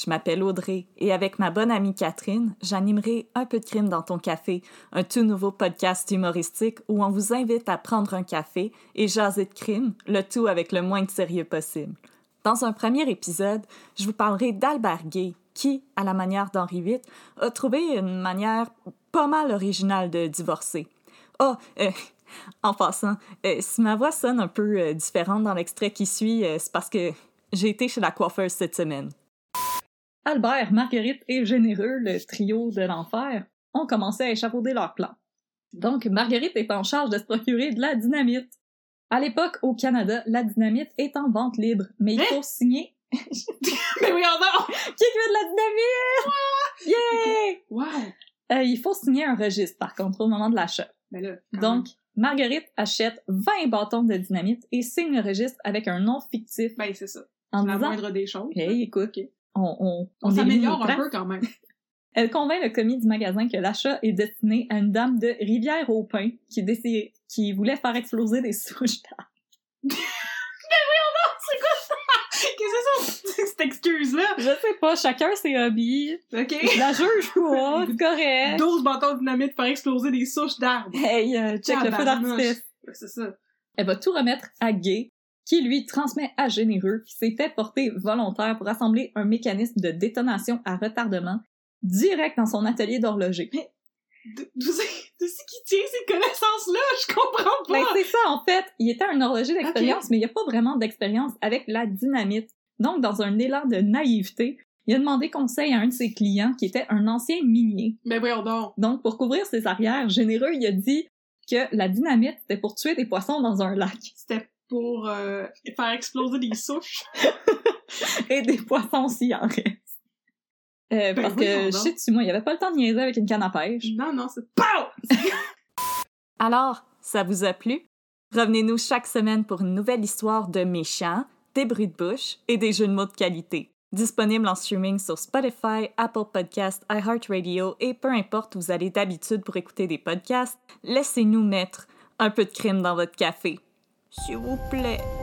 Je m'appelle Audrey et avec ma bonne amie Catherine, j'animerai Un peu de crime dans ton café, un tout nouveau podcast humoristique où on vous invite à prendre un café et jaser de crime, le tout avec le moins de sérieux possible. Dans un premier épisode, je vous parlerai d'Albert Gay, qui, à la manière d'Henri VIII, a trouvé une manière pas mal originale de divorcer. En passant, si ma voix sonne un peu différente dans l'extrait qui suit, c'est parce que j'ai été chez la coiffeuse cette semaine. Albert, Marguerite et Généreux, le trio de l'enfer, ont commencé à échafauder leur plan. Donc, Marguerite est en charge de se procurer de la dynamite. À l'époque, au Canada, la dynamite est en vente libre, mais il faut signer... Mais oui, non! Qui veut de la dynamite? Yeah! Wow! Il faut signer un registre, par contre, au moment de l'achat. Mais là, Donc, Marguerite achète 20 bâtons de dynamite et signe le registre avec un nom fictif. Ben, c'est ça. En la disant, moindre des choses. hey, écoute, okay. on s'améliore un peu quand même. Elle convainc le commis du magasin que l'achat est destiné à une dame de Rivière-au-Pin qui voulait faire exploser des souches d'arbres. Mais oui, c'est quoi ça? Qu'est-ce que c'est cette excuse-là? Je sais pas, chacun ses hobbies. OK. Je la juge pas, c'est correct. 12 bâtons de dynamite pour faire exploser des souches d'arbres. Hey, check le feu d'artifice. Ouais, c'est ça. Elle va tout remettre à Gay, qui lui transmet à Généreux, qui s'est fait porter volontaire pour assembler un mécanisme de détonation à retardement direct dans son atelier d'horloger. Mais d'où c'est qui tient ces connaissances-là? Je comprends pas! Ben, c'est ça, en fait. Il était un horloger d'expérience, mais il n'y a pas vraiment d'expérience avec la dynamite. Donc, dans un élan de naïveté, il a demandé conseil à un de ses clients, qui était un ancien minier. Mais voyons donc! Donc, pour couvrir ses arrières, Généreux, il a dit que la dynamite, c'était pour tuer des poissons dans un lac. C'était pour faire exploser des souches. Et des poissons s'il en reste. Parce que, sais-tu, moi, il n'y avait pas le temps de niaiser avec une canne à pêche. Non, c'est POW! Alors, ça vous a plu? Revenez-nous chaque semaine pour une nouvelle histoire de méchants, des bruits de bouche et des jeux de mots de qualité. Disponible en streaming sur Spotify, Apple Podcasts, iHeartRadio et peu importe où vous allez d'habitude pour écouter des podcasts, laissez-nous mettre un peu de crime dans votre café. S'il vous plaît.